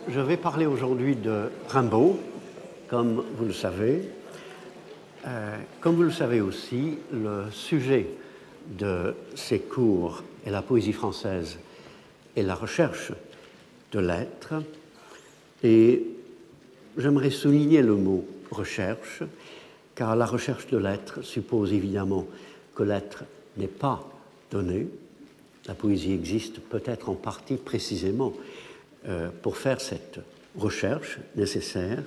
je vais parler aujourd'hui de Rimbaud, comme vous le savez. Comme vous le savez aussi, le sujet de ces cours est la poésie française et la recherche de l'être. Et j'aimerais souligner le mot « recherche », car la recherche de l'être suppose évidemment que l'être n'est pas donné. La poésie existe peut-être en partie précisément pour faire cette recherche nécessaire.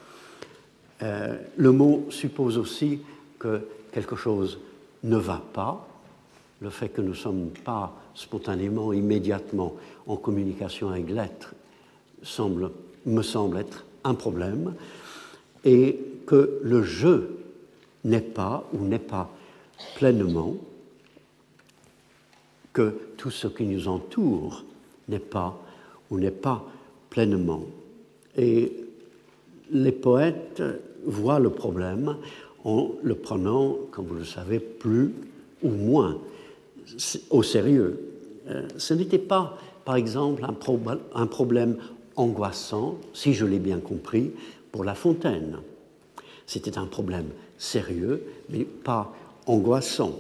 Le mot suppose aussi que quelque chose ne va pas. Le fait que nous ne sommes pas spontanément, immédiatement en communication avec l'être me semble être un problème, et que le jeu n'est pas ou n'est pas pleinement, que tout ce qui nous entoure n'est pas ou n'est pas pleinement. Et les poètes voient le problème en le prenant, comme vous le savez, plus ou moins au sérieux. Ce n'était pas, par exemple, un problème angoissant, si je l'ai bien compris, pour La Fontaine. C'était un problème sérieux, mais pas angoissant.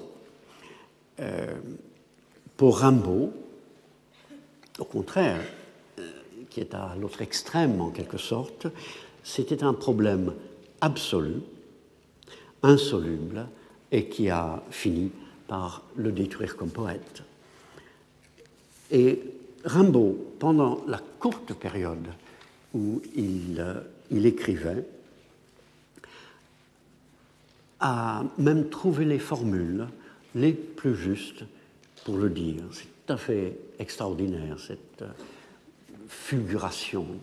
Pour Rimbaud, au contraire, qui est à l'autre extrême en quelque sorte, c'était un problème absolu, insoluble, et qui a fini par le détruire comme poète. Et Rimbaud, pendant la courte période où il écrivait, a même trouvé les formules les plus justes pour le dire. C'est tout à fait extraordinaire, cette fulguration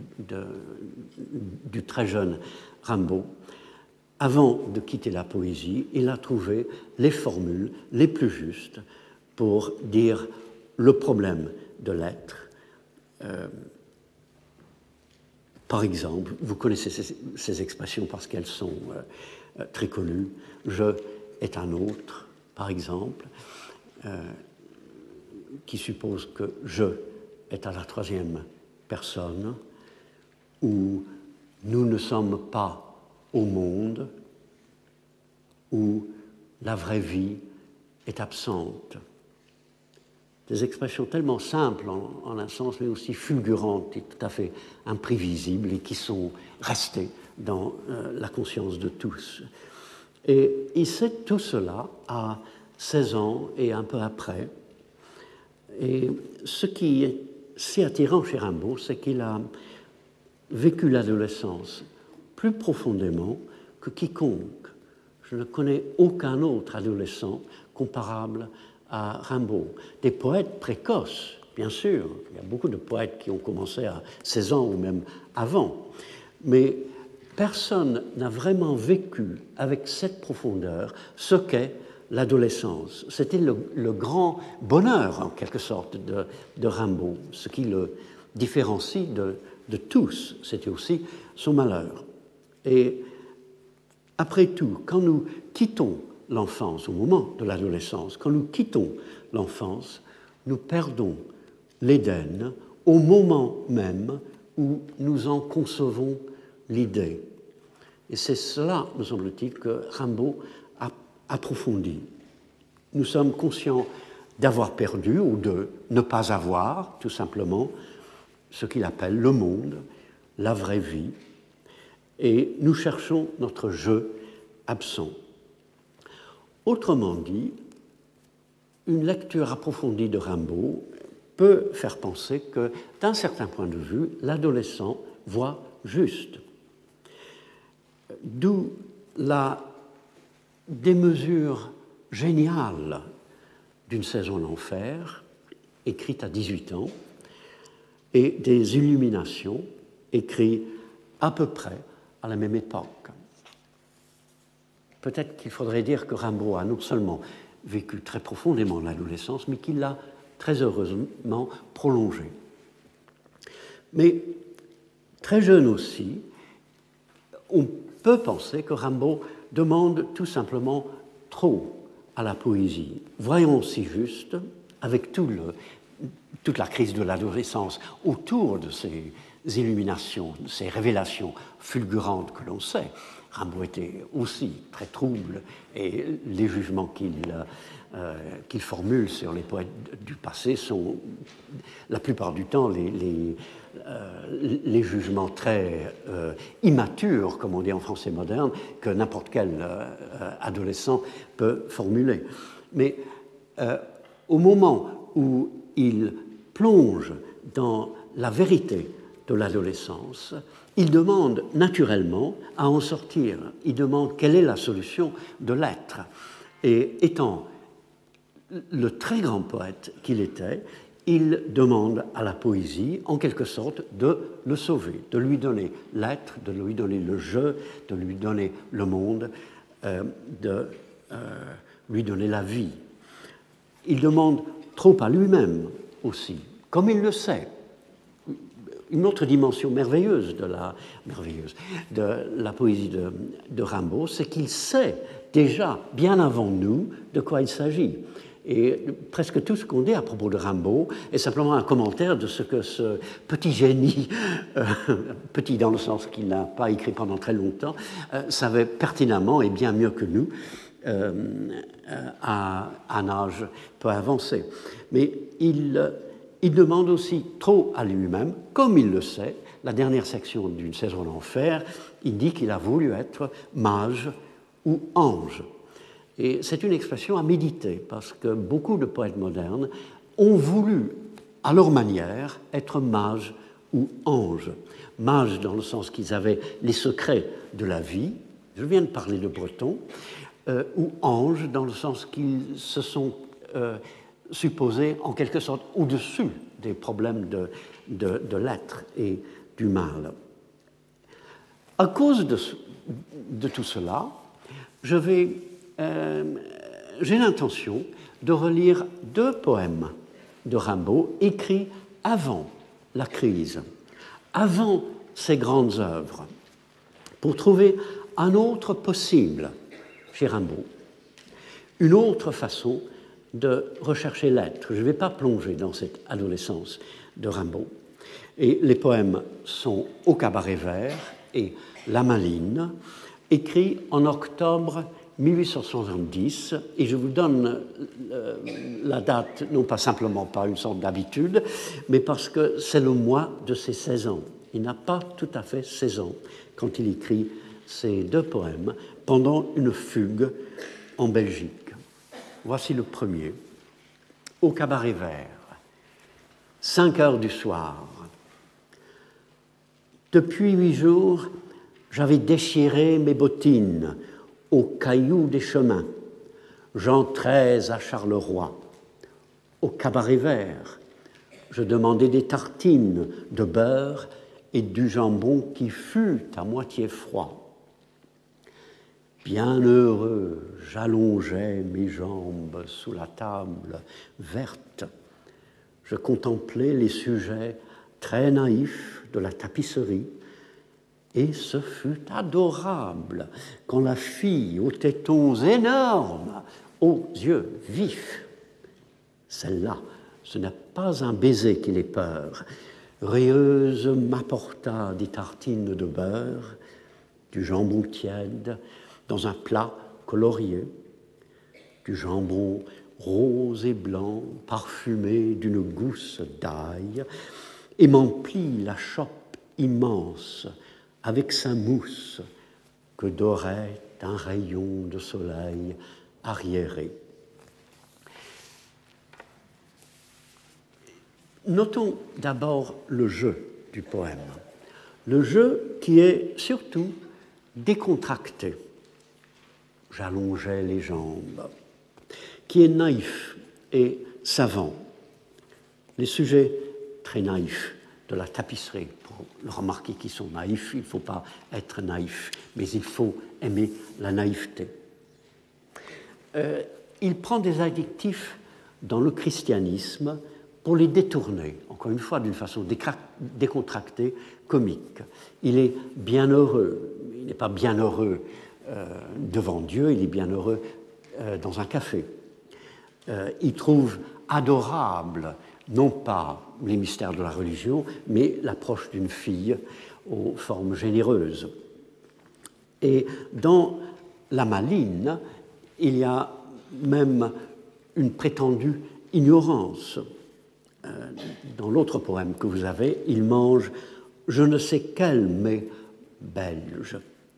du très jeune Rimbaud. Avant de quitter la poésie, il a trouvé les formules les plus justes pour dire le problème de l'être. Par exemple, vous connaissez ces expressions parce qu'elles sont très connues. Je est un autre, par exemple, qui suppose que je est à la troisième personne, ou nous ne sommes pas au monde, où la vraie vie est absente. Des expressions tellement simples en un sens, mais aussi fulgurantes et tout à fait imprévisibles et qui sont restées dans la conscience de tous. Et il sait tout cela à 16 ans et un peu après. Et ce qui est si attirant chez Rimbaud, c'est qu'il a vécu l'adolescence plus profondément que quiconque. Je ne connais aucun autre adolescent comparable à Rimbaud. Des poètes précoces, bien sûr. Il y a beaucoup de poètes qui ont commencé à 16 ans ou même avant. Mais personne n'a vraiment vécu avec cette profondeur ce qu'est l'adolescence. C'était le grand bonheur, en quelque sorte, de Rimbaud. Ce qui le différencie de tous, c'était aussi son malheur. Et après tout, quand nous quittons l'enfance, au moment de l'adolescence, quand nous quittons l'enfance, nous perdons l'Éden au moment même où nous en concevons l'idée. Et c'est cela, me semble-t-il, que Rimbaud a approfondi. Nous sommes conscients d'avoir perdu ou de ne pas avoir, tout simplement, ce qu'il appelle le monde, la vraie vie, et nous cherchons notre jeu absent. Autrement dit, une lecture approfondie de Rimbaud peut faire penser que, d'un certain point de vue, l'adolescent voit juste. D'où la démesure géniale d'une saison d'enfer, écrite à 18 ans, et des Illuminations, écrites à peu près à la même époque. Peut-être qu'il faudrait dire que Rimbaud a non seulement vécu très profondément l'adolescence, mais qu'il l'a très heureusement prolongée. Mais très jeune aussi, on peut penser que Rimbaud demande tout simplement trop à la poésie. Voyons si juste, avec tout le toute la crise de l'adolescence autour de ces illuminations, de ces révélations fulgurantes que l'on sait. Rimbaud était aussi très trouble et les jugements qu'il formule sur les poètes du passé sont la plupart du temps les jugements très immatures, comme on dit en français moderne, que n'importe quel adolescent peut formuler. Mais au moment où il plonge dans la vérité de l'adolescence, il demande naturellement à en sortir. Il demande quelle est la solution de l'être. Et étant le très grand poète qu'il était, il demande à la poésie, en quelque sorte, de le sauver, de lui donner l'être, de lui donner le jeu, de lui donner le monde, de lui donner la vie. Il demande trop à lui-même aussi, comme il le sait. Une autre dimension merveilleuse de la poésie de Rimbaud, c'est qu'il sait déjà, bien avant nous, de quoi il s'agit. Et presque tout ce qu'on dit à propos de Rimbaud est simplement un commentaire de ce que ce petit génie, petit dans le sens qu'il n'a pas écrit pendant très longtemps, savait pertinemment et bien mieux que nous à un âge peu avancé. Mais il demande aussi trop à lui-même, comme il le sait. La dernière section d'une saison d'enfer, il dit qu'il a voulu être mage ou ange. Et c'est une expression à méditer, parce que beaucoup de poètes modernes ont voulu, à leur manière, être mages ou anges. Mages dans le sens qu'ils avaient les secrets de la vie, je viens de parler de Breton, ou anges dans le sens qu'ils se sont supposés en quelque sorte au-dessus des problèmes de l'être et du mal. À cause de tout cela, j'ai l'intention de relire 2 poèmes de Rimbaud écrits avant la crise, avant ses grandes œuvres, pour trouver un autre possible chez Rimbaud, une autre façon de rechercher l'être. Je ne vais pas plonger dans cette adolescence de Rimbaud. Et les poèmes sont Au cabaret vert et La Maline, écrits en octobre 1870, et je vous donne la date, non pas simplement par une sorte d'habitude, mais parce que c'est le mois de ses 16 ans. Il n'a pas tout à fait 16 ans quand il écrit ces 2 poèmes pendant une fugue en Belgique. Voici le premier. Au cabaret vert, 5 heures du soir. Depuis 8 jours, j'avais déchiré mes bottines aux cailloux des chemins. J'entrais à Charleroi. Au cabaret vert, je demandais des tartines de beurre et du jambon qui fut à moitié froid. Bien heureux, j'allongeais mes jambes sous la table verte. Je contemplais les sujets très naïfs de la tapisserie, et ce fut adorable quand la fille aux tétons énormes, aux yeux vifs, celle-là, ce n'est pas un baiser qui l'ait peur, rieuse m'apporta des tartines de beurre, du jambon tiède, dans un plat colorié, du jambon rose et blanc, parfumé d'une gousse d'ail, et m'emplit la chope immense avec sa mousse que dorait un rayon de soleil arriéré. Notons d'abord le jeu du poème. Le jeu qui est surtout décontracté. J'allongeais les jambes, qui est naïf et savant. Les sujets très naïfs de la tapisserie, pour le remarquer qu'ils sont naïfs, il ne faut pas être naïf, mais il faut aimer la naïveté. Il prend des adjectifs dans le christianisme pour les détourner, encore une fois d'une façon décontractée, comique. Il est bienheureux, il n'est pas bienheureux devant Dieu, il est bienheureux dans un café. Il trouve adorable non pas les mystères de la religion, mais l'approche d'une fille aux formes généreuses. Et dans La Maline, il y a même une prétendue ignorance. Dans l'autre poème que vous avez, il mange je ne sais quel mets belge.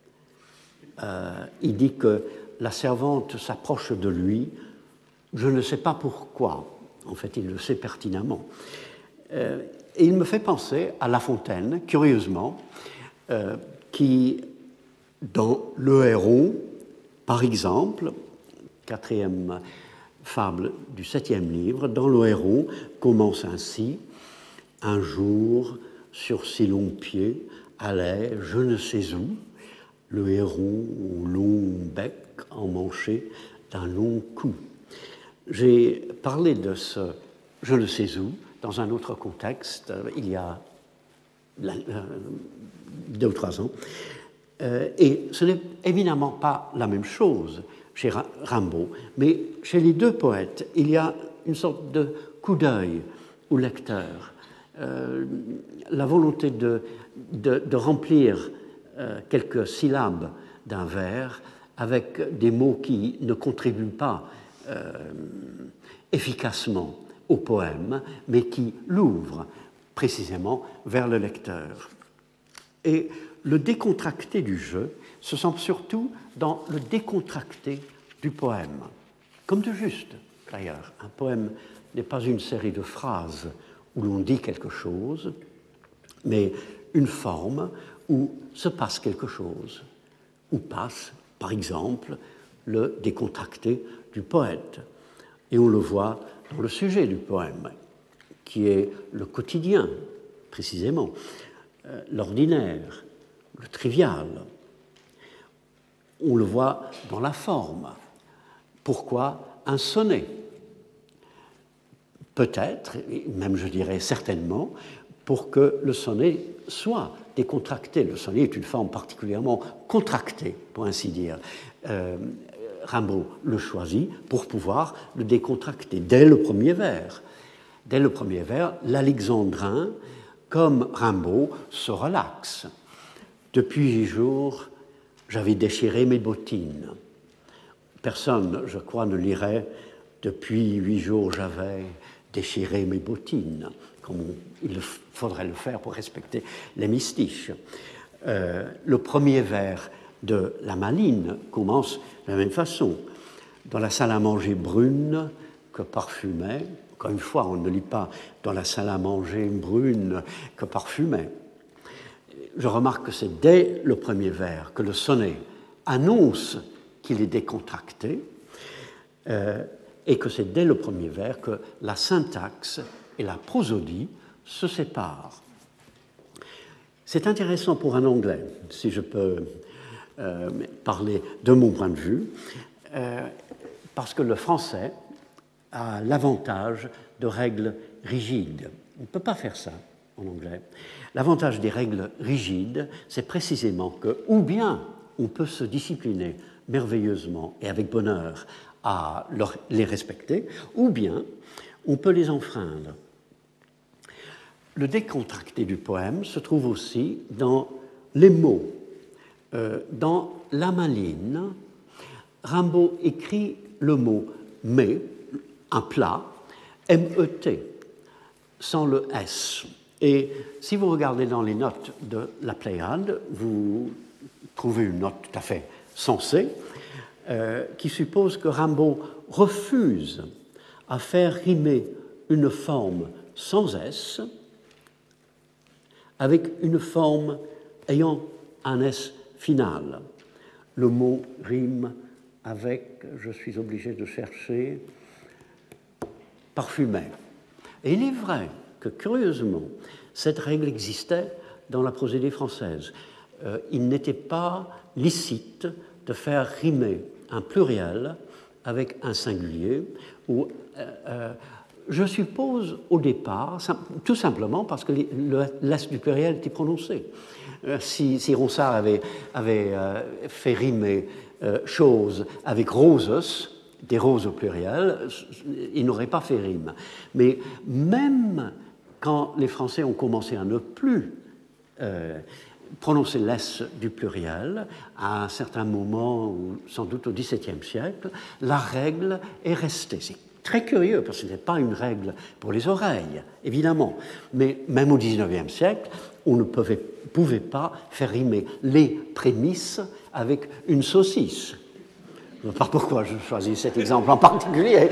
Il dit que la servante s'approche de lui, je ne sais pas pourquoi, en fait il le sait pertinemment. Et il me fait penser à La Fontaine, curieusement, qui, dans Le Héron, par exemple, quatrième fable du 7e livre, dans Le Héron, commence ainsi: un jour, sur si longs pieds, allait je ne sais où, le héron au long bec emmanché d'un long cou. J'ai parlé de ce je ne sais où dans un autre contexte, il y a 2 ou 3 ans, et ce n'est évidemment pas la même chose chez Rimbaud, mais chez les deux poètes, il y a une sorte de coup d'œil au lecteur, la volonté de remplir quelques syllabes d'un vers avec des mots qui ne contribuent pas efficacement au poème, mais qui l'ouvrent précisément vers le lecteur. Et le décontracté du jeu se sent surtout dans le décontracté du poème. Comme de juste, d'ailleurs. Un poème n'est pas une série de phrases où l'on dit quelque chose, mais une forme où se passe quelque chose, où passe, par exemple, le décontracté du poète. Et on le voit dans le sujet du poème, qui est le quotidien, précisément, l'ordinaire, le trivial. On le voit dans la forme. Pourquoi un sonnet? Peut-être, et même je dirais certainement, pour que le sonnet soit décontracté. Le sonnet est une forme particulièrement contractée, pour ainsi dire. Rimbaud le choisit pour pouvoir le décontracter dès le premier vers. Dès le premier vers, l'alexandrin, comme Rimbaud, se relaxe. Depuis 8 jours, j'avais déchiré mes bottines. Personne, je crois, ne lirait « Depuis 8 jours, j'avais déchiré mes bottines », comme il faudrait le faire pour respecter les mystiches. Le premier vers de La Maline commence de la même façon. Dans la salle à manger brune que parfumait, encore une fois, on ne lit pas dans la salle à manger brune que parfumait. Je remarque que c'est dès le premier vers que le sonnet annonce qu'il est décontracté et que c'est dès le premier vers que la syntaxe et la prosodie se séparent. C'est intéressant pour un Anglais, si je peux parler de mon point de vue, parce que le français a l'avantage de règles rigides. On ne peut pas faire ça en anglais. L'avantage des règles rigides, c'est précisément que, ou bien on peut se discipliner merveilleusement et avec bonheur à les respecter, ou bien on peut les enfreindre. Le décontracté du poème se trouve aussi dans les mots. Dans La Maline, Rimbaud écrit le mot « mais », un plat, M-E-T, sans le S. Et si vous regardez dans les notes de la Pléiade, vous trouvez une note tout à fait sensée qui suppose que Rimbaud refuse à faire rimer une forme sans S avec une forme ayant un S final. Le mot rime avec, je suis obligé de chercher, parfumé. Et il est vrai que, curieusement, cette règle existait dans la prosodie française. Il n'était pas licite de faire rimer un pluriel avec un singulier, ou je suppose au départ, tout simplement parce que l'S du pluriel était prononcé. Si Ronsard avait fait rimer chose avec roses, des roses au pluriel, il n'aurait pas fait rime. Mais même quand les Français ont commencé à ne plus prononcer l'S du pluriel, à un certain moment, sans doute au XVIIe siècle, la règle est restée. C'est très curieux, parce que ce n'est pas une règle pour les oreilles, évidemment. Mais même au XIXe siècle, on ne pouvait pas faire rimer les prémices avec une saucisse. Je ne sais pas pourquoi je choisis cet exemple en particulier.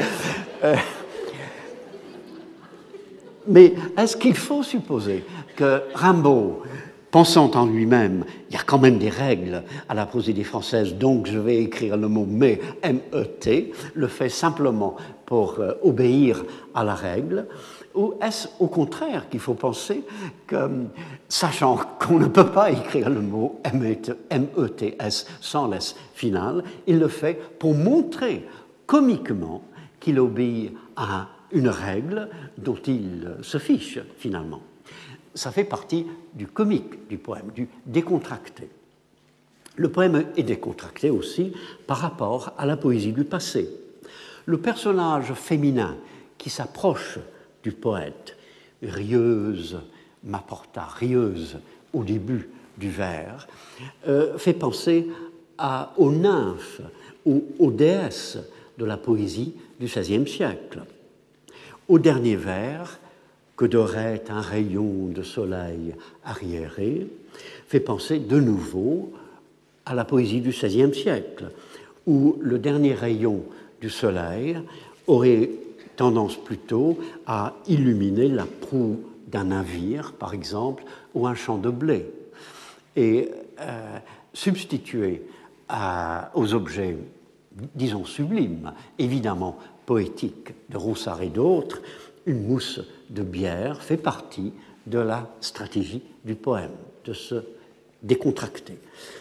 Mais est-ce qu'il faut supposer que Rimbaud, pensant en lui-même, il y a quand même des règles à la prosodie française, donc je vais écrire le mot mais, M-E-T, le fait simplement pour obéir à la règle, ou est-ce au contraire qu'il faut penser que, sachant qu'on ne peut pas écrire le mot M-E-T-S sans l'S final, il le fait pour montrer comiquement qu'il obéit à une règle dont il se fiche finalement. Ça fait partie du comique du poème, du décontracté. Le poème est décontracté aussi par rapport à la poésie du passé. Le personnage féminin qui s'approche du poète, rieuse, m'apporta rieuse au début du vers, fait penser aux nymphes ou aux déesses de la poésie du XVIe siècle. Au dernier vers, que dorait un rayon de soleil arriéré, fait penser de nouveau à la poésie du XVIe siècle, où le dernier rayon du soleil aurait tendance plutôt à illuminer la proue d'un navire, par exemple, ou un champ de blé, et substituer aux objets, disons, sublimes, évidemment poétiques de Ronsard et d'autres, une mousse de bière fait partie de la stratégie du poème, de se décontracter.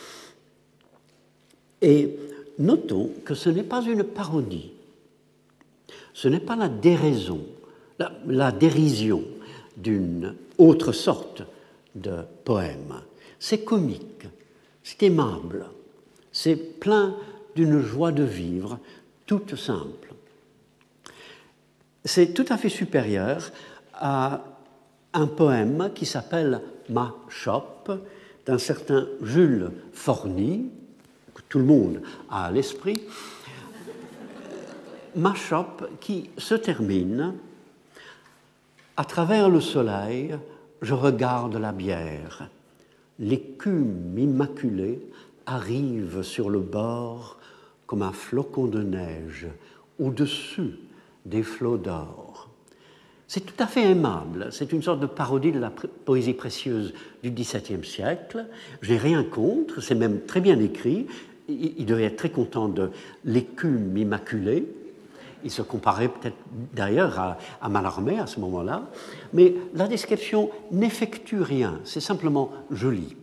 Et notons que ce n'est pas une parodie, ce n'est pas la déraison, la dérision d'une autre sorte de poème. C'est comique, c'est aimable, c'est plein d'une joie de vivre toute simple. C'est tout à fait supérieur à un poème qui s'appelle « Ma chope » d'un certain Jules Forny, que tout le monde a à l'esprit. Ma chope qui se termine « À travers le soleil, je regarde la bière. L'écume immaculée arrive sur le bord comme un flocon de neige au-dessus des flots d'or. » C'est tout à fait aimable, c'est une sorte de parodie de la poésie précieuse du XVIIe siècle. Je n'ai rien contre, c'est même très bien écrit. Il devait être très content de l'écume immaculée. Il se comparait peut-être d'ailleurs à Mallarmé à ce moment-là. Mais la description n'effectue rien, c'est simplement joli.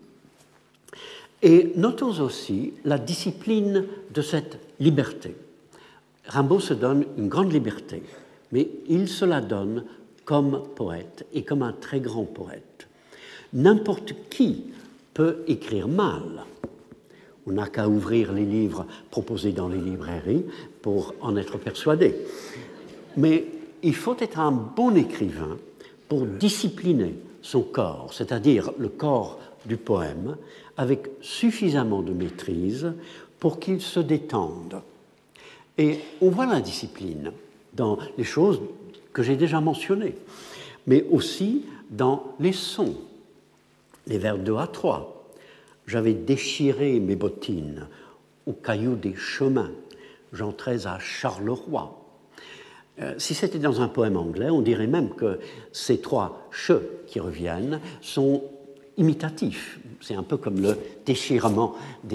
Et notons aussi la discipline de cette liberté. Rimbaud se donne une grande liberté, mais il se la donne comme poète et comme un très grand poète. N'importe qui peut écrire mal. On n'a qu'à ouvrir les livres proposés dans les librairies pour en être persuadé. Mais il faut être un bon écrivain pour discipliner son corps, c'est-à-dire le corps du poème, avec suffisamment de maîtrise pour qu'il se détende. Et on voit la discipline dans les choses que j'ai déjà mentionnées, mais aussi dans les sons, les vers 2 à 3. J'avais déchiré mes bottines aux cailloux des chemins, j'entrais à Charleroi. Si c'était dans un poème anglais, on dirait même que ces 3 « che » qui reviennent sont imitatifs. C'est un peu comme le déchirement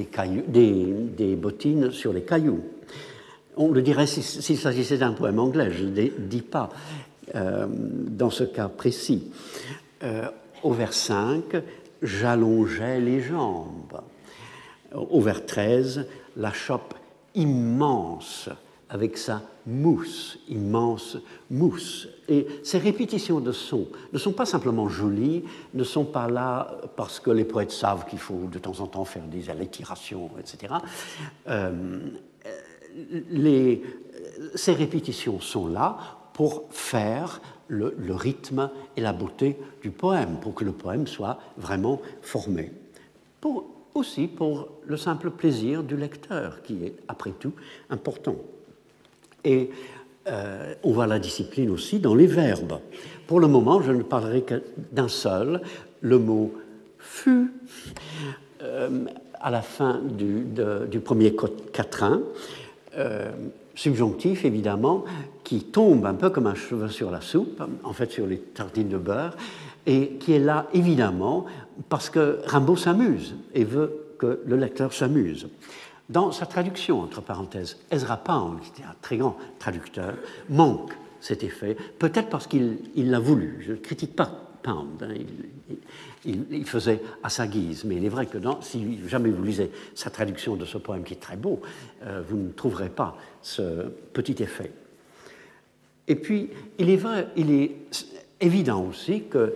des bottines sur les cailloux. On le dirait s'il s'agissait d'un poème anglais, je ne dis pas dans ce cas précis. Au vers 5, j'allongeais les jambes. Au vers 13, la chope immense avec sa mousse, immense mousse. Et ces répétitions de sons ne sont pas simplement jolies, ne sont pas là parce que les poètes savent qu'il faut de temps en temps faire des allitérations, etc. ces répétitions sont là pour faire le rythme et la beauté du poème, pour que le poème soit vraiment formé. Aussi pour le simple plaisir du lecteur, qui est, après tout, important. Et on voit la discipline aussi dans les verbes. Pour le moment, je ne parlerai que d'un seul, le mot « fut », à la fin du premier quatrain, subjonctif évidemment, qui tombe un peu comme un cheveu sur la soupe, en fait sur les tartines de beurre, et qui est là évidemment parce que Rimbaud s'amuse et veut que le lecteur s'amuse. Dans sa traduction, entre parenthèses, Ezra Pound, qui était un très grand traducteur, manque cet effet, peut-être parce qu'il l'a voulu. Je ne critique pas Pound, hein, il faisait à sa guise, mais il est vrai que si jamais vous lisez sa traduction de ce poème qui est très beau, vous ne trouverez pas ce petit effet. Et puis, il est évident aussi que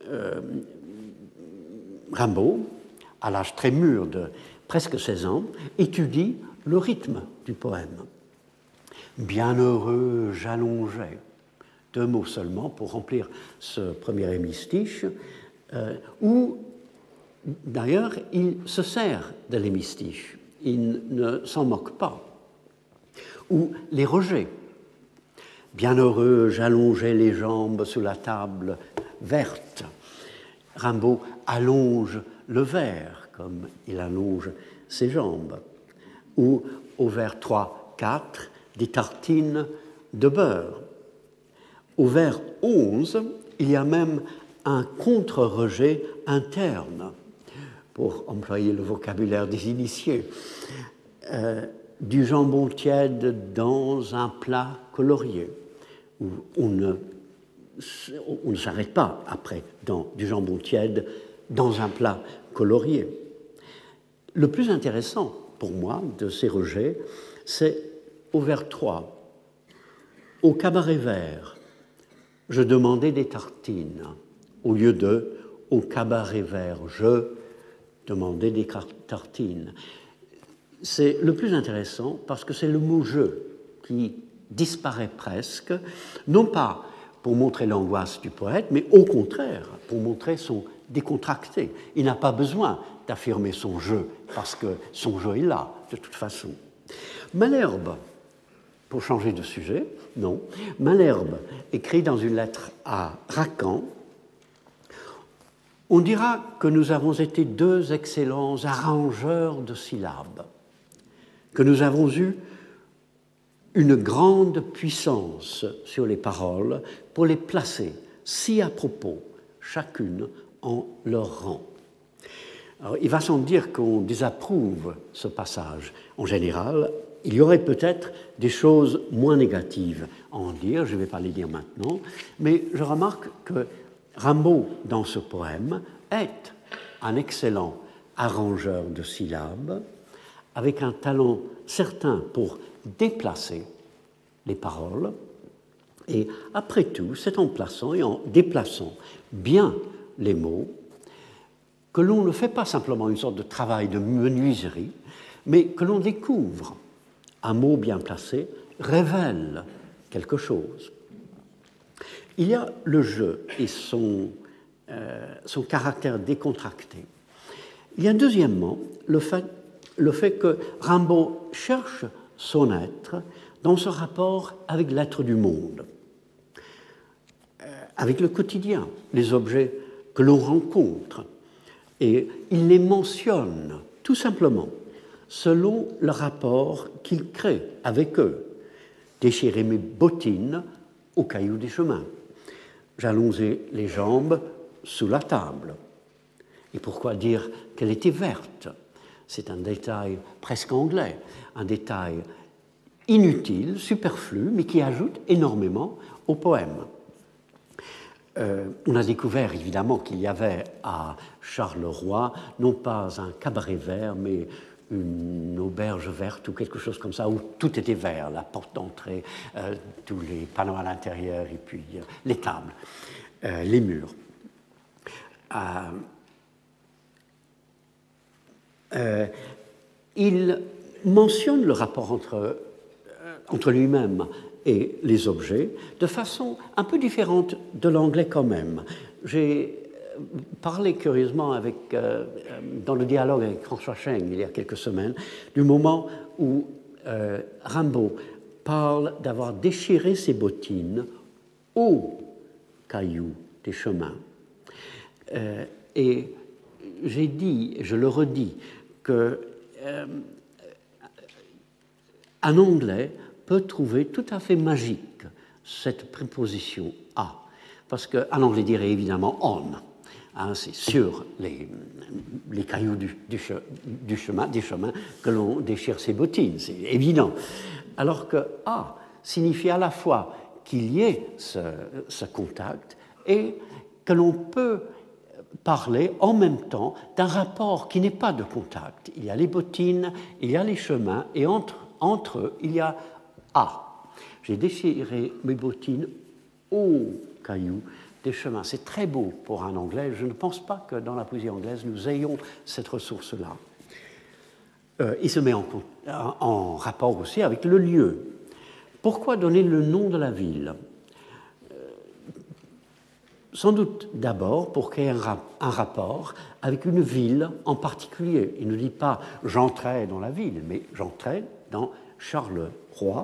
Rimbaud, à l'âge très mûr de presque 16 ans, étudie le rythme du poème. Bienheureux j'allongeais, 2 mots seulement pour remplir ce premier hémistiche, où d'ailleurs il se sert de l'hémistiche, il ne s'en moque pas. Ou les rejets. Bienheureux j'allongeais les jambes sous la table verte. Rimbaud allonge le vers comme il allonge ses jambes. Ou au vers 3, 4, des tartines de beurre. Au vers 11, il y a même un contre-rejet interne, pour employer le vocabulaire des initiés, du jambon tiède dans un plat colorié, où on ne s'arrête pas après dans du jambon tiède dans un plat colorié. Le plus intéressant pour moi de ces rejets, c'est au vers 3. Au cabaret vert, je demandais des tartines, au lieu de au cabaret vert, je demandais des tartines. C'est le plus intéressant parce que c'est le mot « je » qui disparaît presque, non pas pour montrer l'angoisse du poète, mais au contraire, pour montrer son décontracté. Il n'a pas besoin d'affirmer son « je », parce que son « je » est là, de toute façon. Malherbe, pour changer de sujet, non, Malherbe écrit dans une lettre à Racan, on dira que nous avons été 2 excellents arrangeurs de syllabes, que nous avons eu une grande puissance sur les paroles pour les placer si à propos, chacune en leur rang. Alors, il va sans dire qu'on désapprouve ce passage. En général, il y aurait peut-être des choses moins négatives à en dire, je ne vais pas les dire maintenant, mais je remarque que Rimbaud, dans ce poème, est un excellent arrangeur de syllabes, avec un talent certain pour déplacer les paroles, et après tout, c'est en plaçant et en déplaçant bien les mots que l'on ne fait pas simplement une sorte de travail de menuiserie, mais que l'on découvre. Un mot bien placé révèle quelque chose. Il y a le jeu et son caractère décontracté. Il y a deuxièmement le fait que Rimbaud cherche son être dans ce rapport avec l'être du monde, avec le quotidien, les objets que l'on rencontre. Et il les mentionne tout simplement selon le rapport qu'il crée avec eux. Déchirer mes bottines aux cailloux des chemins. J'allongeais les jambes sous la table. Et pourquoi dire qu'elle était verte? C'est un détail presque anglais, un détail inutile, superflu, mais qui ajoute énormément au poème. On a découvert évidemment qu'il y avait à Charleroi non pas un cabaret vert, mais une auberge verte ou quelque chose comme ça, où tout était vert, la porte d'entrée, tous les panneaux à l'intérieur, et puis les tables, les murs. Il mentionne le rapport entre entre lui-même et les objets, de façon un peu différente de l'anglais quand même. J'ai parlé curieusement dans le dialogue avec François Cheng il y a quelques semaines, du moment où Rimbaud parle d'avoir déchiré ses bottines aux cailloux des chemins. Et j'ai dit, et je le redis, que un anglais peut trouver tout à fait magique cette préposition à, parce qu'un anglais dirait évidemment on, hein, c'est sur les cailloux des chemins que l'on déchire ses bottines, c'est évident. Alors que à signifie à la fois qu'il y ait ce contact et que l'on peut parler en même temps d'un rapport qui n'est pas de contact. Il y a les bottines, il y a les chemins, et entre eux, il y a à. J'ai déchiré mes bottines aux cailloux des chemins. C'est très beau pour un anglais. Je ne pense pas que dans la poésie anglaise, nous ayons cette ressource-là. Il se met en rapport aussi avec le lieu. Pourquoi donner le nom de la ville ? Sans doute d'abord pour qu'il y ait un rapport avec une ville en particulier. Il ne dit pas « j'entrais dans la ville », mais « j'entrais dans Charleroi ».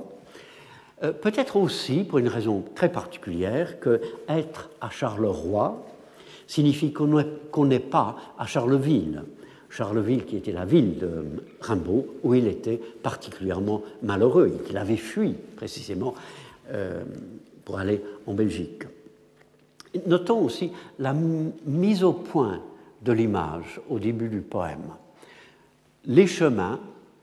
Peut-être aussi, pour une raison très particulière, que être à Charleroi signifie qu'on n'est pas à Charleville. Charleville qui était la ville de Rimbaud, où il était particulièrement malheureux et qu'il avait fui précisément pour aller en Belgique. Notons aussi la mise au point de l'image au début du poème. Les chemins,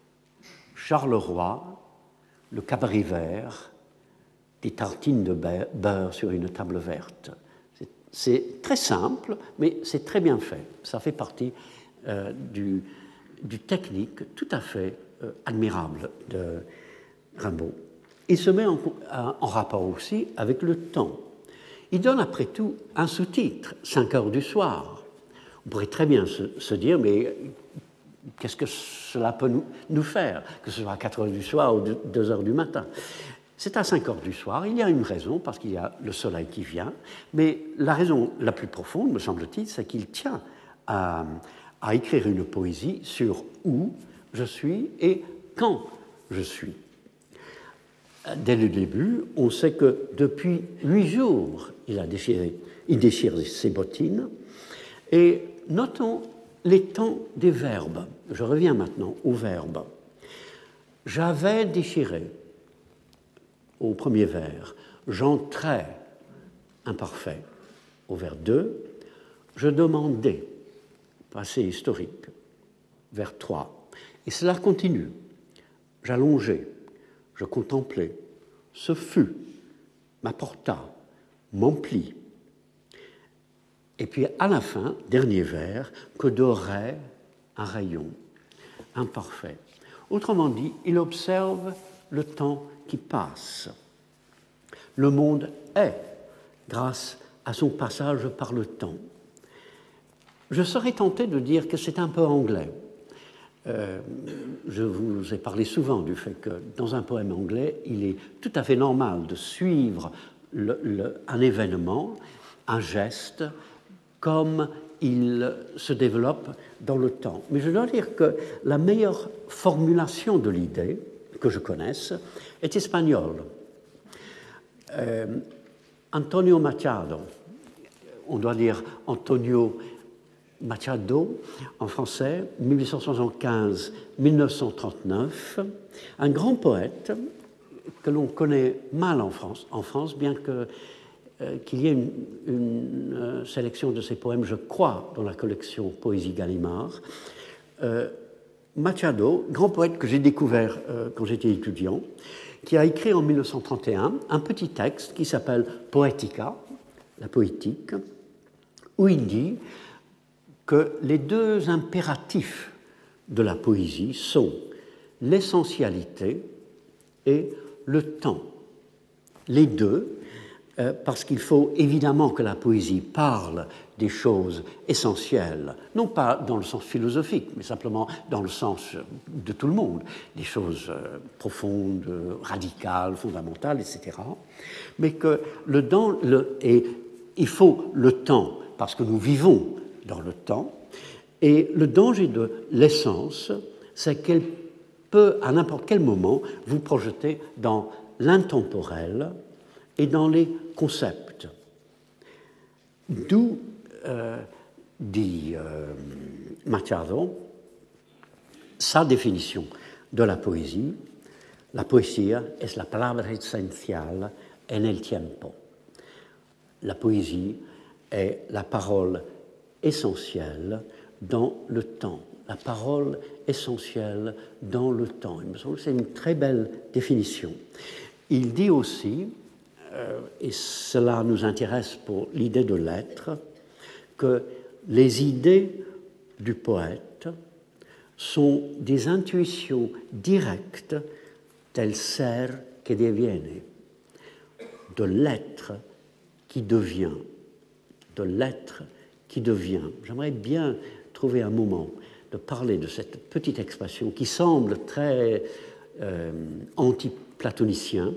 Charleroi, le cabaret vert, des tartines de beurre sur une table verte. C'est très simple, mais c'est très bien fait. Ça fait partie du technique tout à fait admirable de Rimbaud. Il se met en rapport aussi avec le temps. Il donne après tout un sous-titre, 5 heures du soir. On pourrait très bien se dire, mais qu'est-ce que cela peut nous faire, que ce soit à 4 heures du soir ou 2 heures du matin? C'est à 5 heures du soir, il y a une raison, parce qu'il y a le soleil qui vient, mais la raison la plus profonde, me semble-t-il, c'est qu'il tient à écrire une poésie sur où je suis et quand je suis. Dès le début, on sait que depuis 8 jours, il déchire ses bottines. Et notons les temps des verbes. Je reviens maintenant aux verbes. J'avais déchiré, au premier vers. J'entrais, imparfait, au vers 2. Je demandais, passé historique, vers 3. Et cela continue. J'allongeais. Je contemplais, ce fut, m'apporta, m'emplit. Et puis à la fin, dernier vers, que dorait un rayon, imparfait. Autrement dit, il observe le temps qui passe. Le monde est, grâce à son passage par le temps. Je serais tenté de dire que c'est un peu anglais. Je vous ai parlé souvent du fait que dans un poème anglais, il est tout à fait normal de suivre un événement, un geste, comme il se développe dans le temps. Mais je dois dire que la meilleure formulation de l'idée que je connaisse est espagnole. Antonio Machado, on doit dire Antonio Machado, en français, 1875-1939, un grand poète que l'on connaît mal en France, bien qu'il y ait une sélection de ses poèmes, je crois, dans la collection Poésie Gallimard. Machado, grand poète que j'ai découvert quand j'étais étudiant, qui a écrit en 1931 un petit texte qui s'appelle Poetica, la poétique, où il dit que les deux impératifs de la poésie sont l'essentialité et le temps. Les deux, parce qu'il faut évidemment que la poésie parle des choses essentielles, non pas dans le sens philosophique, mais simplement dans le sens de tout le monde, des choses profondes, radicales, fondamentales, etc. Mais que il faut le temps, parce que nous vivons dans le temps, et le danger de l'essence, c'est qu'elle peut, à n'importe quel moment, vous projeter dans l'intemporel et dans les concepts. D'où, dit Machado, sa définition de la poésie: la poesía es la palabra esencial en el tiempo. La poésie est la parole essentielle dans le temps. La parole essentielle dans le temps. Il me semble que c'est une très belle définition. Il dit aussi, et cela nous intéresse pour l'idée de l'être, que les idées du poète sont des intuitions directes del ser que deviene, de l'être qui devient, de l'être qui devient. J'aimerais bien trouver un moment de parler de cette petite expression qui semble très anti-platonicienne,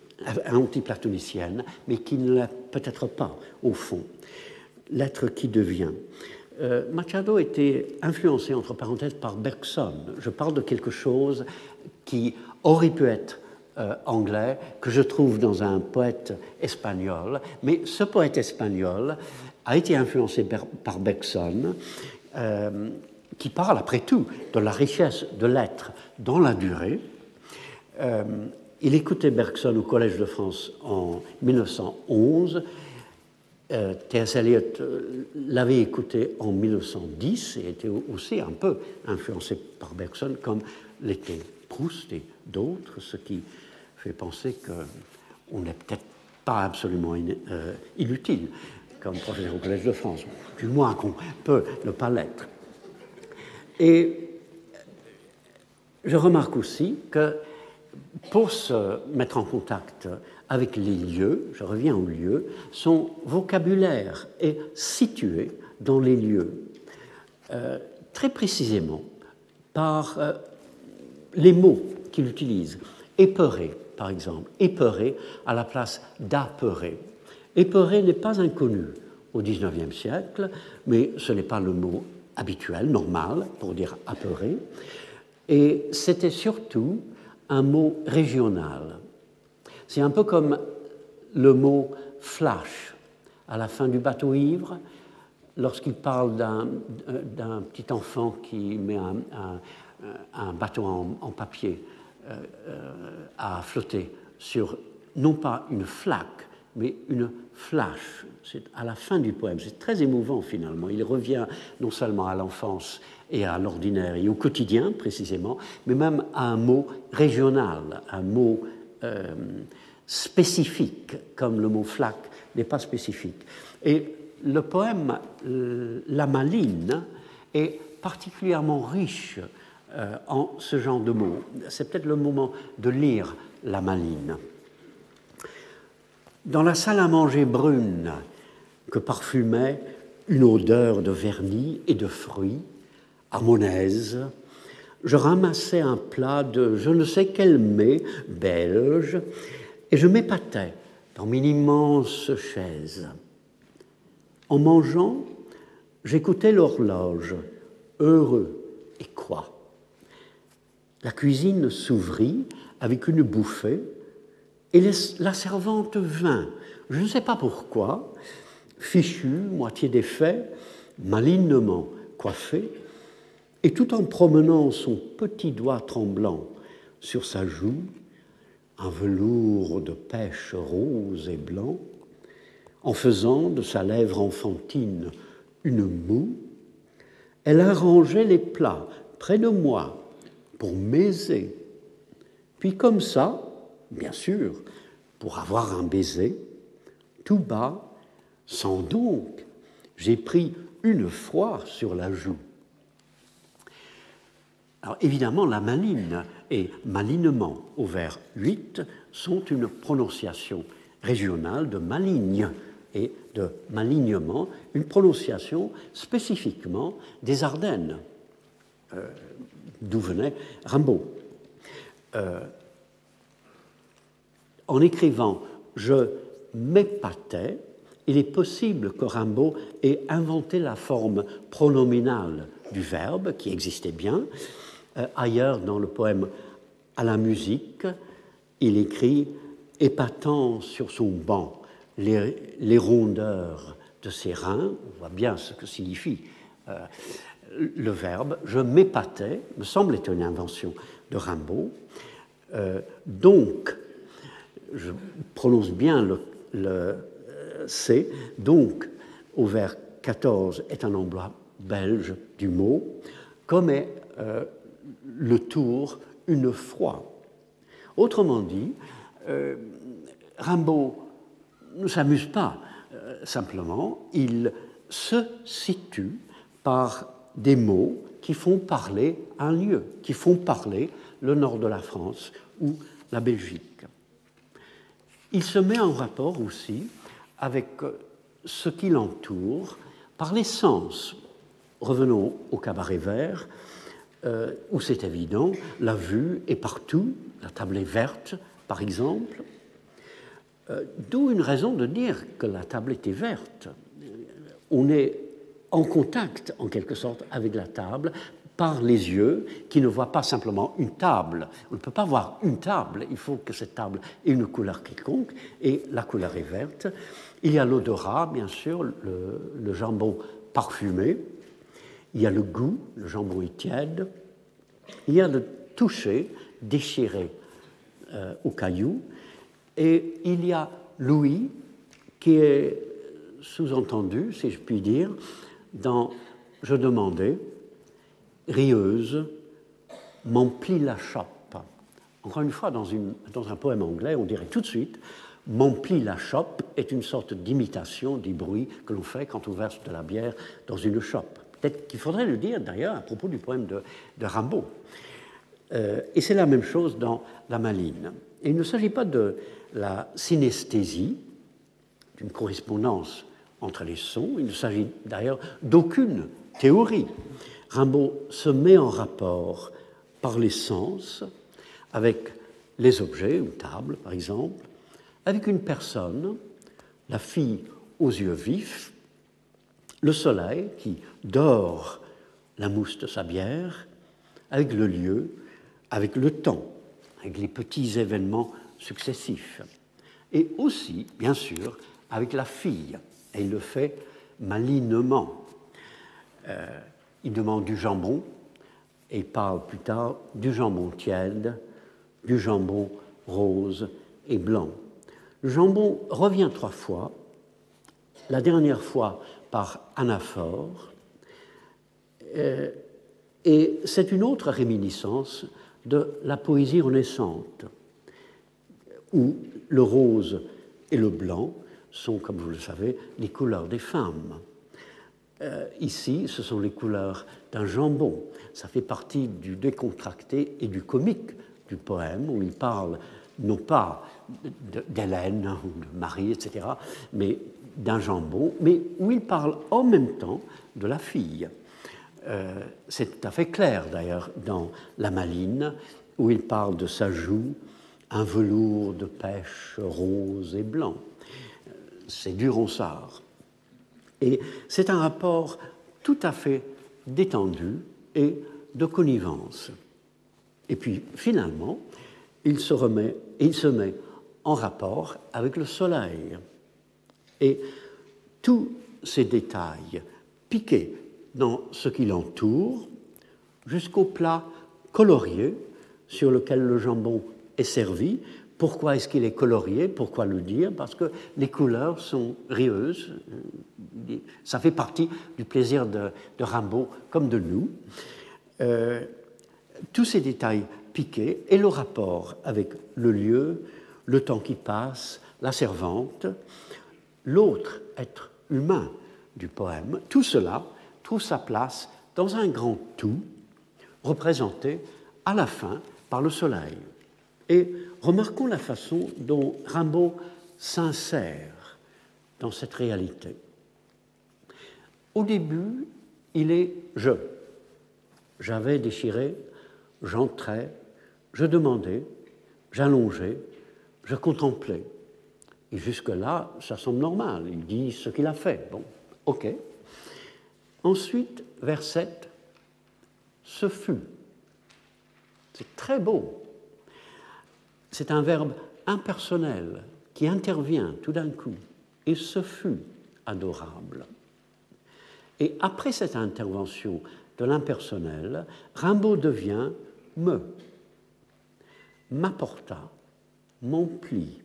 mais qui ne l'est peut-être pas au fond. L'être qui devient. Machado était influencé, entre parenthèses, par Bergson. Je parle de quelque chose qui aurait pu être anglais, que je trouve dans un poète espagnol, mais ce poète espagnol a été influencé par Bergson, qui parle après tout de la richesse de l'être dans la durée. Il écoutait Bergson au Collège de France en 1911. T.S. Eliot l'avait écouté en 1910 et était aussi un peu influencé par Bergson, comme l'était Proust et d'autres, ce qui fait penser qu'on n'est peut-être pas absolument inutile comme professeur au Collège de France, du moins qu'on peut ne pas l'être. Et je remarque aussi que pour se mettre en contact avec les lieux, je reviens aux lieux, son vocabulaire est situé dans les lieux, très précisément par les mots qu'il utilise. Épeuré, par exemple, épeuré à la place d'apeuré. Épeuré n'est pas inconnu au XIXe siècle, mais ce n'est pas le mot habituel, normal, pour dire apeuré. Et c'était surtout un mot régional. C'est un peu comme le mot flash à la fin du bateau ivre, lorsqu'il parle d'un petit enfant qui met un bateau en papier à flotter sur non pas une flaque, mais une flash. C'est à la fin du poème. C'est très émouvant finalement. Il revient non seulement à l'enfance et à l'ordinaire et au quotidien précisément, mais même à un mot régional, un mot spécifique, comme le mot flaque n'est pas spécifique. Et le poème La Maline est particulièrement riche en ce genre de mots. C'est peut-être le moment de lire La Maline. Dans la salle à manger brune que parfumait une odeur de vernis et de fruits, à mon aise, je ramassais un plat de je ne sais quel mets belge et je m'épatais dans mon immense chaise. En mangeant, j'écoutais l'horloge, heureux et quoi. La cuisine s'ouvrit avec une bouffée et la servante vint, je ne sais pas pourquoi, fichue, moitié défait, malinement coiffée, et tout en promenant son petit doigt tremblant sur sa joue, un velours de pêche rose et blanc, en faisant de sa lèvre enfantine une moue, elle arrangeait les plats près de moi pour m'aiser. Puis comme ça, bien sûr, pour avoir un baiser, tout bas, sans donc, j'ai pris une fois sur la joue. Alors évidemment, la maline et malinement au vers 8 sont une prononciation régionale de Maligne, et de Malignement, une prononciation spécifiquement des Ardennes, d'où venait Rimbaud. En écrivant « je m'épatais », il est possible que Rimbaud ait inventé la forme pronominale du verbe, qui existait bien. Ailleurs, dans le poème « À la musique », il écrit « épatant sur son banc les rondeurs de ses reins », on voit bien ce que signifie le verbe. « Je m'épatais », me semble être une invention de Rimbaud. Donc, je prononce bien le C, donc au vers 14 est un emploi belge du mot, comme est le tour une fois. Autrement dit, Rimbaud ne s'amuse pas simplement, il se situe par des mots qui font parler un lieu, qui font parler le nord de la France ou la Belgique. Il se met en rapport aussi avec ce qui l'entoure par les sens. Revenons au Cabaret vert, où c'est évident, la vue est partout, la table est verte, par exemple, d'où une raison de dire que la table était verte. On est en contact, en quelque sorte, avec la table, par les yeux qui ne voient pas simplement une table. On ne peut pas voir une table, il faut que cette table ait une couleur quelconque, et la couleur est verte. Il y a l'odorat, bien sûr, le jambon parfumé. Il y a le goût, le jambon est tiède. Il y a le toucher, déchiré au caillou. Et il y a l'ouïe, qui est sous-entendu, si je puis dire, dans « Je demandais », rieuse, m'emplit la chope. Encore une fois, dans un poème anglais, on dirait tout de suite m'emplit la chope est une sorte d'imitation des bruits que l'on fait quand on verse de la bière dans une chope. Peut-être qu'il faudrait le dire d'ailleurs à propos du poème de Rimbaud. Et c'est la même chose dans La Malines. Et il ne s'agit pas de la synesthésie, d'une correspondance entre les sons, il ne s'agit d'ailleurs d'aucune théorie. Rimbaud se met en rapport par les sens avec les objets, une table par exemple, avec une personne, la fille aux yeux vifs, le soleil qui dore la mousse de sa bière, avec le lieu, avec le temps, avec les petits événements successifs. Et aussi, bien sûr, avec la fille. Et il le fait malinement. Il demande du jambon et parle plus tard du jambon tiède, du jambon rose et blanc. Le jambon revient 3 fois, la dernière fois par anaphore, et c'est une autre réminiscence de la poésie renaissante, où le rose et le blanc sont, comme vous le savez, les couleurs des femmes. Ici, ce sont les couleurs d'un jambon. Ça fait partie du décontracté et du comique du poème, où il parle non pas d'Hélène ou de Marie, etc., mais d'un jambon, mais où il parle en même temps de la fille. C'est tout à fait clair, d'ailleurs, dans La Maline, où il parle de sa joue, un velours de pêche rose et blanc. C'est du Ronsard. Et c'est un rapport tout à fait détendu et de connivence. Et puis, finalement, il se met en rapport avec le soleil. Et tous ces détails piqués dans ce qui l'entoure, jusqu'au plat colorié sur lequel le jambon est servi. Pourquoi est-ce qu'il est colorié? Pourquoi le dire? Parce que les couleurs sont rieuses. Ça fait partie du plaisir de Rimbaud comme de nous. Tous ces détails piqués et le rapport avec le lieu, le temps qui passe, la servante, l'autre être humain du poème, tout cela trouve sa place dans un grand tout représenté à la fin par le soleil. Et remarquons la façon dont Rimbaud s'insère dans cette réalité. Au début, il est je. J'avais déchiré, j'entrais, je demandais, j'allongeais, je contemplais. Et jusque-là, ça semble normal. Il dit ce qu'il a fait. Bon, ok. Ensuite, vers 7, ce fut. C'est très beau. C'est un verbe impersonnel qui intervient tout d'un coup. Et ce fut adorable. Et après cette intervention de l'impersonnel, Rimbaud devient me, m'apporta, m'emplit.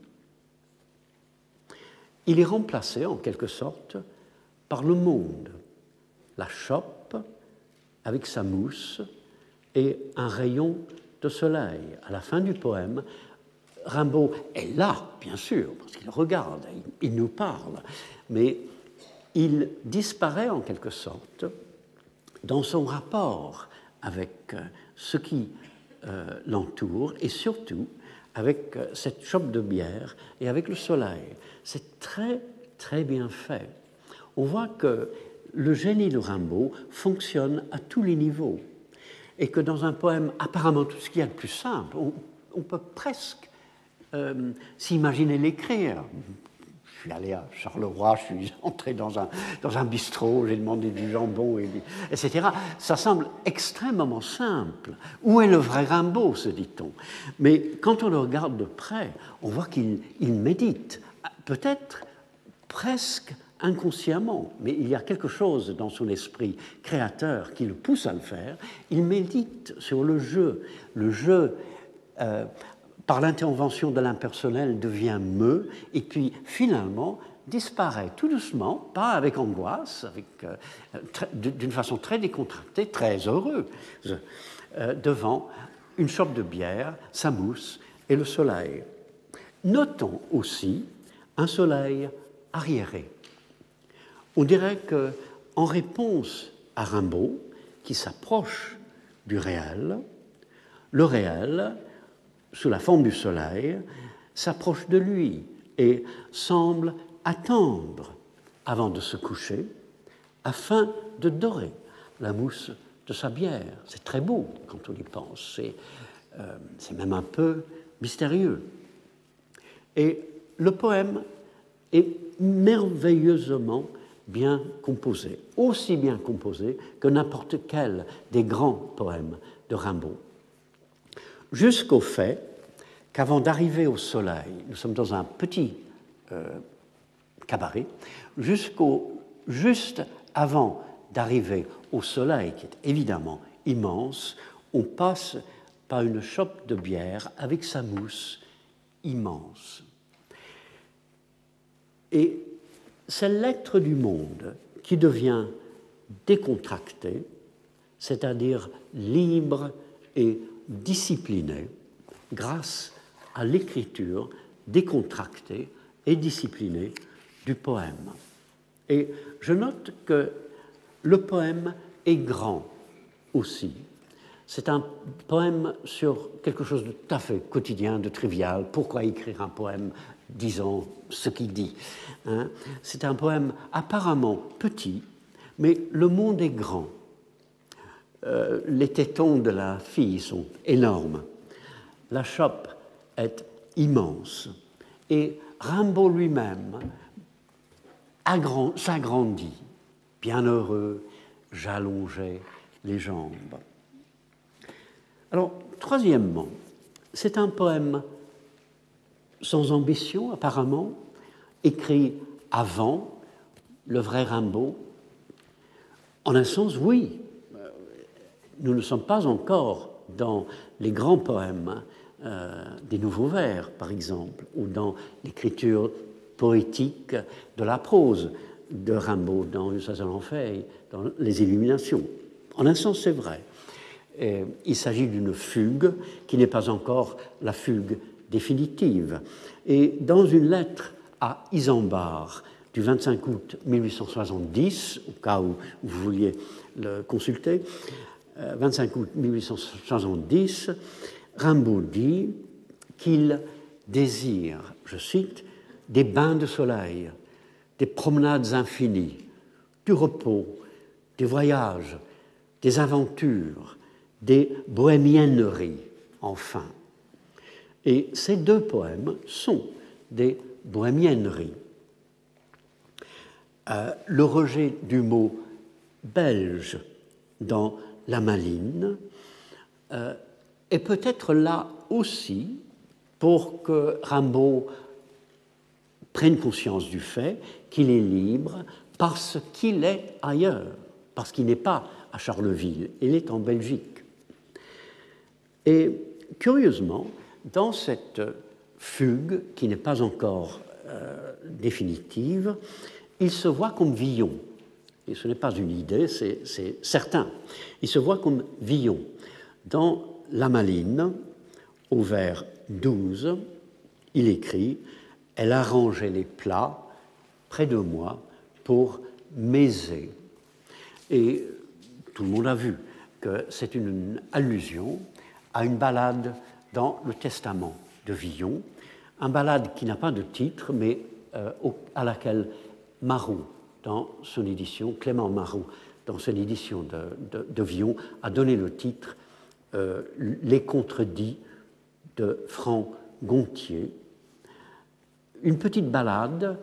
Il est remplacé, en quelque sorte, par le monde, la chope avec sa mousse et un rayon de soleil. À la fin du poème, Rimbaud est là, bien sûr, parce qu'il regarde, il nous parle, mais il disparaît en quelque sorte dans son rapport avec ce qui l'entoure et surtout avec cette chope de bière et avec le soleil. C'est très, très bien fait. On voit que le génie de Rimbaud fonctionne à tous les niveaux et que dans un poème apparemment tout ce qu'il y a de plus simple, on peut presque s'imaginer l'écrire. Je suis allé à Charleroi, je suis entré dans un bistrot, j'ai demandé du jambon, etc. Ça semble extrêmement simple. Où est le vrai Rimbaud, se dit-on? Mais quand on le regarde de près, on voit qu'il médite, peut-être presque inconsciemment, mais il y a quelque chose dans son esprit créateur qui le pousse à le faire. Il médite sur le jeu. Le jeu par l'intervention de l'impersonnel, devient me, et puis finalement disparaît tout doucement, pas avec angoisse, d'une façon très décontractée, très heureuse, devant une chope de bière, sa mousse et le soleil. Notons aussi un soleil arriéré. On dirait qu'en réponse à Rimbaud, qui s'approche du réel, le réel, sous la forme du soleil, s'approche de lui et semble attendre avant de se coucher afin de dorer la mousse de sa bière. C'est très beau quand on y pense, c'est même un peu mystérieux. Et le poème est merveilleusement bien composé, aussi bien composé que n'importe quel des grands poèmes de Rimbaud. Jusqu'au fait qu'avant d'arriver au soleil, nous sommes dans un petit cabaret, juste avant d'arriver au soleil, qui est évidemment immense, on passe par une chope de bière avec sa mousse immense. Et c'est l'être du monde qui devient décontracté, c'est-à-dire libre et discipliné, grâce à l'écriture décontractée et disciplinée du poème. Et je note que le poème est grand aussi. C'est un poème sur quelque chose de tout à fait quotidien, de trivial. Pourquoi écrire un poème disant ce qu'il dit, hein? C'est un poème apparemment petit, mais le monde est grand. Les tétons de la fille sont énormes. La chope est immense. Et Rimbaud lui-même s'agrandit. Bienheureux, j'allongeais les jambes. Alors, troisièmement, c'est un poème sans ambition, apparemment, écrit avant le vrai Rimbaud. En un sens, oui. Nous ne sommes pas encore dans les grands poèmes des Nouveaux Vers, par exemple, ou dans l'écriture poétique de la prose de Rimbaud dans Le Sazon en Feuille, dans Les Illuminations. En un sens, c'est vrai. Il s'agit d'une fugue qui n'est pas encore la fugue définitive. Et dans une lettre à Isambard du 25 août 1870, au cas où vous vouliez le consulter, 25 août 1870, Rimbaud dit qu'il désire, je cite, des bains de soleil, des promenades infinies, du repos, des voyages, des aventures, des bohémienneries, enfin. Et ces deux poèmes sont des bohémienneries. Le rejet du mot belge dans La Malines est peut-être là aussi pour que Rimbaud prenne conscience du fait qu'il est libre parce qu'il est ailleurs, parce qu'il n'est pas à Charleville, il est en Belgique. Et curieusement, dans cette fugue, qui n'est pas encore définitive, il se voit comme Villon. Et ce n'est pas une idée, c'est certain. Il se voit comme Villon. Dans La Malines, au vers 12, il écrit « Elle arrangeait les plats près de moi pour m'aiser ». Et tout le monde a vu que c'est une allusion à une ballade dans le Testament de Villon, une ballade qui n'a pas de titre, mais à laquelle Marot, dans son édition, Clément Marot, dans son édition de Villon, a donné le titre Les contredits de Franc Gontier. Une petite ballade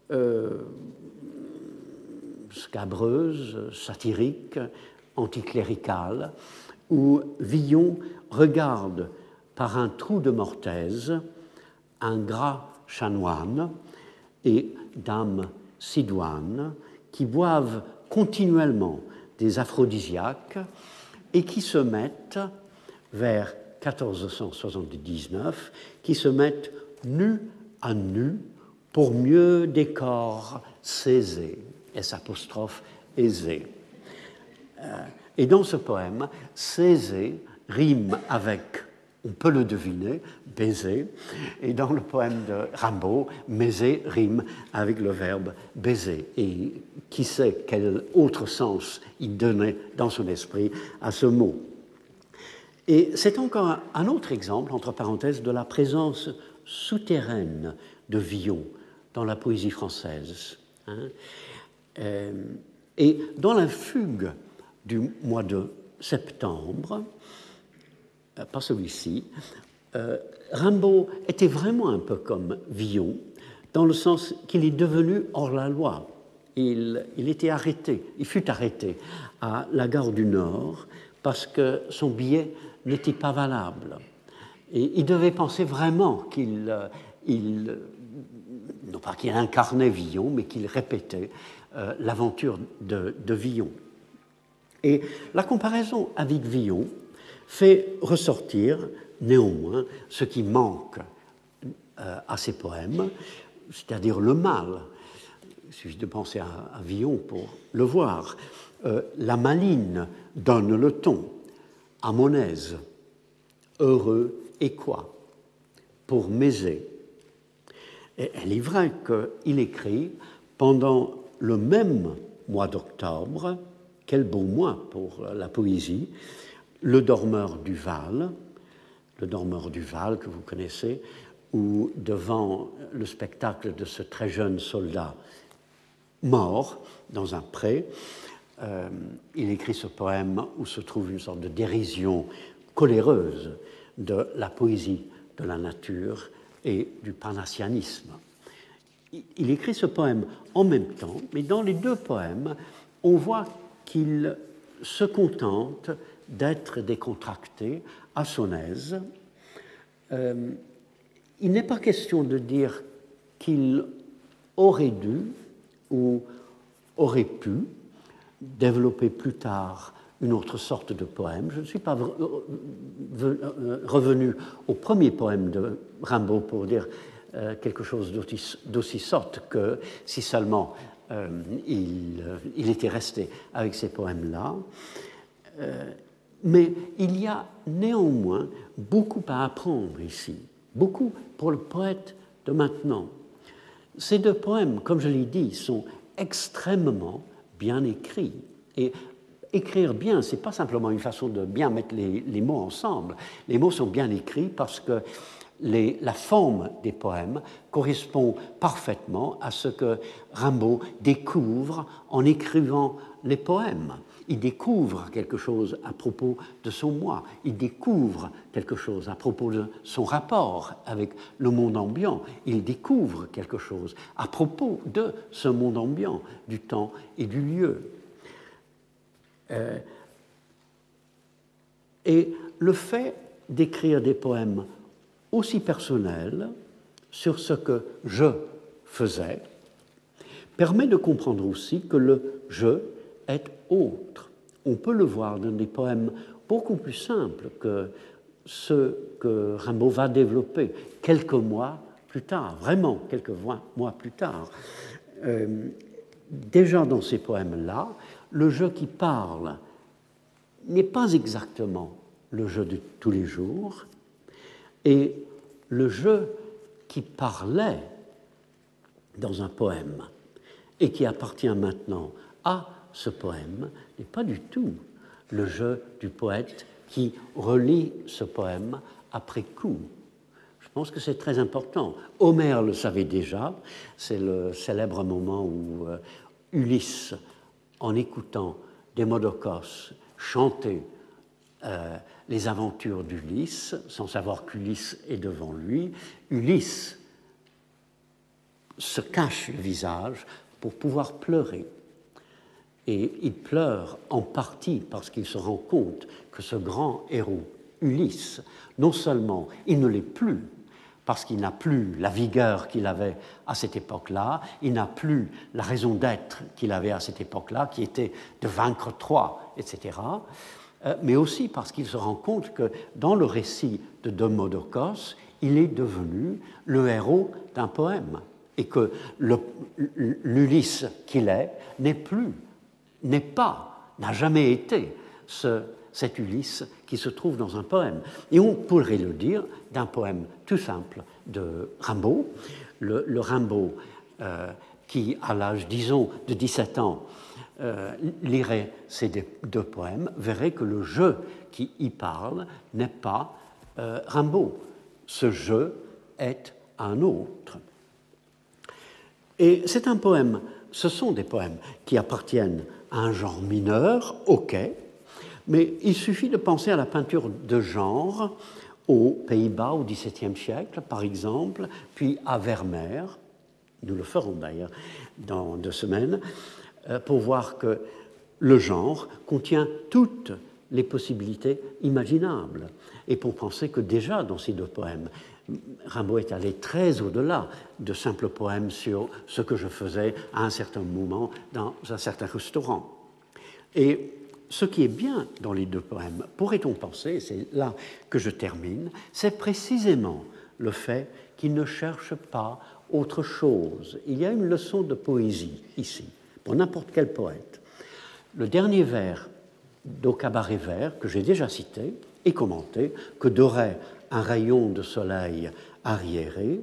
scabreuse, satirique, anticléricale, où Villon regarde par un trou de mortaise un gras chanoine et dame Sidoine qui boivent continuellement des aphrodisiaques et qui se mettent, vers 1479, qui se mettent nus à nu pour mieux décor s'aiser, S' aisé. Et dans ce poème, s'aiser rime avec, on peut le deviner, baiser, et dans le poème de Rimbaud, m'aiser rime avec le verbe baiser. Et qui sait quel autre sens il donnait dans son esprit à ce mot. Et c'est encore un autre exemple, entre parenthèses, de la présence souterraine de Villon dans la poésie française. Et dans la fugue du mois de septembre, pas celui-ci, Rimbaud était vraiment un peu comme Villon, dans le sens qu'il est devenu hors-la-loi. Il était arrêté, il fut arrêté à la gare du Nord parce que son billet n'était pas valable. Et il devait penser vraiment non pas qu'il incarnait Villon, mais qu'il répétait l'aventure de Villon. Et la comparaison avec Villon fait ressortir néanmoins ce qui manque à ces poèmes, c'est-à-dire le mal. Il suffit de penser à Villon pour le voir. La Malines donne le ton, à mon aise, heureux et quoi, pour m'aiser. Et il est vrai qu'il écrit pendant le même mois d'octobre, quel beau mois pour la poésie, Le Dormeur du Val que vous connaissez, où devant le spectacle de ce très jeune soldat mort dans un pré, il écrit ce poème où se trouve une sorte de dérision coléreuse de la poésie de la nature et du parnassianisme. Il écrit ce poème en même temps, mais dans les deux poèmes, on voit qu'il se contente d'être décontracté, à son aise. Il n'est pas question de dire qu'il aurait dû ou aurait pu développer plus tard une autre sorte de poème. Je ne suis pas revenu au premier poème de Rimbaud pour dire quelque chose d'aussi sorte que si seulement il était resté avec ces poèmes-là. Mais il y a néanmoins beaucoup à apprendre ici, beaucoup pour le poète de maintenant. Ces deux poèmes, comme je l'ai dit, sont extrêmement bien écrits. Et écrire bien, ce n'est pas simplement une façon de bien mettre les mots ensemble. Les mots sont bien écrits parce que la forme des poèmes correspond parfaitement à ce que Rimbaud découvre en écrivant les poèmes. Il découvre quelque chose à propos de son moi, il découvre quelque chose à propos de son rapport avec le monde ambiant, il découvre quelque chose à propos de ce monde ambiant, du temps et du lieu. Et le fait d'écrire des poèmes aussi personnels sur ce que je faisais permet de comprendre aussi que le « je » est autre. On peut le voir dans des poèmes beaucoup plus simples que ceux que Rimbaud va développer quelques mois plus tard, vraiment quelques mois plus tard. Déjà dans ces poèmes-là, le je qui parle n'est pas exactement le je de tous les jours, et le je qui parlait dans un poème et qui appartient maintenant à ce poème n'est pas du tout le je du poète qui relit ce poème après coup. Je pense que c'est très important. Homère le savait déjà, c'est le célèbre moment où Ulysse, en écoutant Démodocos chanter les aventures d'Ulysse, sans savoir qu'Ulysse est devant lui, Ulysse se cache le visage pour pouvoir pleurer. Et il pleure en partie parce qu'il se rend compte que ce grand héros, Ulysse, non seulement il ne l'est plus, parce qu'il n'a plus la vigueur qu'il avait à cette époque-là, il n'a plus la raison d'être qu'il avait à cette époque-là, qui était de vaincre Troie, etc., mais aussi parce qu'il se rend compte que dans le récit de Démodocos, il est devenu le héros d'un poème, et que l'Ulysse qu'il est n'a jamais été cet Ulysse qui se trouve dans un poème. Et on pourrait le dire d'un poème tout simple de Rimbaud, le Rimbaud qui, à l'âge, disons, de 17 ans, lirait ces deux poèmes, verrait que le je qui y parle n'est pas Rimbaud. Ce je est un autre. Et c'est un poème, ce sont des poèmes qui appartiennent à un genre mineur, ok, mais il suffit de penser à la peinture de genre aux Pays-Bas au XVIIe siècle, par exemple, puis à Vermeer, nous le ferons d'ailleurs dans 2 semaines, pour voir que le genre contient toutes les possibilités imaginables, et pour penser que déjà dans ces 2 poèmes, Rimbaud est allé très au-delà de simples poèmes sur ce que je faisais à un certain moment dans un certain restaurant. Et ce qui est bien dans les 2 poèmes, pourrait-on penser, c'est là que je termine, c'est précisément le fait qu'il ne cherche pas autre chose. Il y a une leçon de poésie ici, pour n'importe quel poète. Le dernier vers d'Au cabaret vert, que j'ai déjà cité et commenté, que dorait un rayon de soleil arriéré,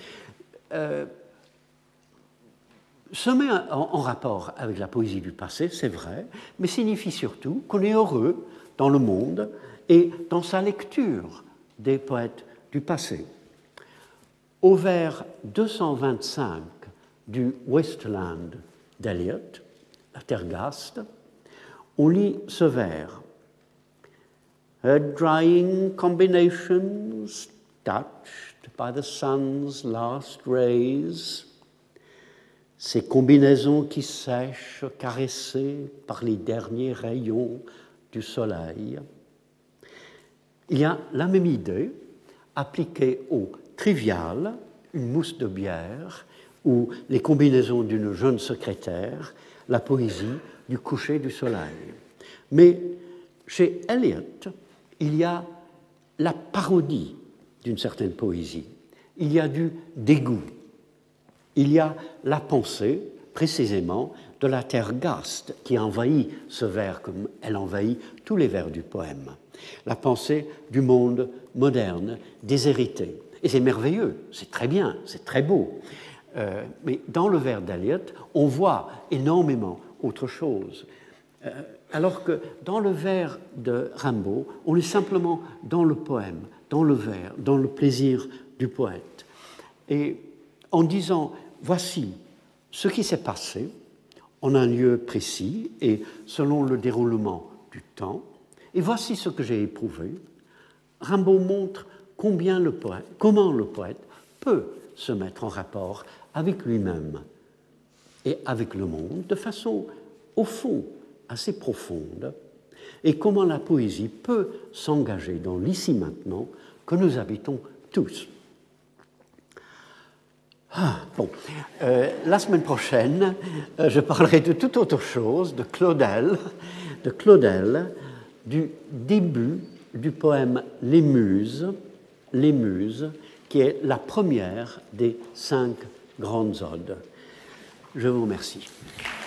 se met en rapport avec la poésie du passé, c'est vrai, mais signifie surtout qu'on est heureux dans le monde et dans sa lecture des poètes du passé. Au vers 225 du Wasteland d'Eliot, la Tergaste, on lit ce vers. Her drying combinations touched by the sun's last rays, ces combinaisons qui sèchent, caressées par les derniers rayons du soleil. Il y a la même idée appliquée au trivial, une mousse de bière, ou les combinaisons d'une jeune secrétaire, la poésie du coucher du soleil. Mais chez Eliot, il y a la parodie d'une certaine poésie, il y a du dégoût, il y a la pensée, précisément, de la Tergaste qui envahit ce vers comme elle envahit tous les vers du poème. La pensée du monde moderne, déshérité. Et c'est merveilleux, c'est très bien, c'est très beau. Mais dans le vers d'Eliot, on voit énormément autre chose. Alors que dans le vers de Rimbaud, on est simplement dans le poème, dans le vers, dans le plaisir du poète. Et en disant, voici ce qui s'est passé en un lieu précis et selon le déroulement du temps, et voici ce que j'ai éprouvé, Rimbaud montre comment le poète peut se mettre en rapport avec lui-même et avec le monde de façon, au fond, assez profonde, et comment la poésie peut s'engager dans l'ici-maintenant que nous habitons tous. La semaine prochaine, je parlerai de toute autre chose, de Claudel, du début du poème Les Muses, qui est la première des 5 grandes odes. Je vous remercie.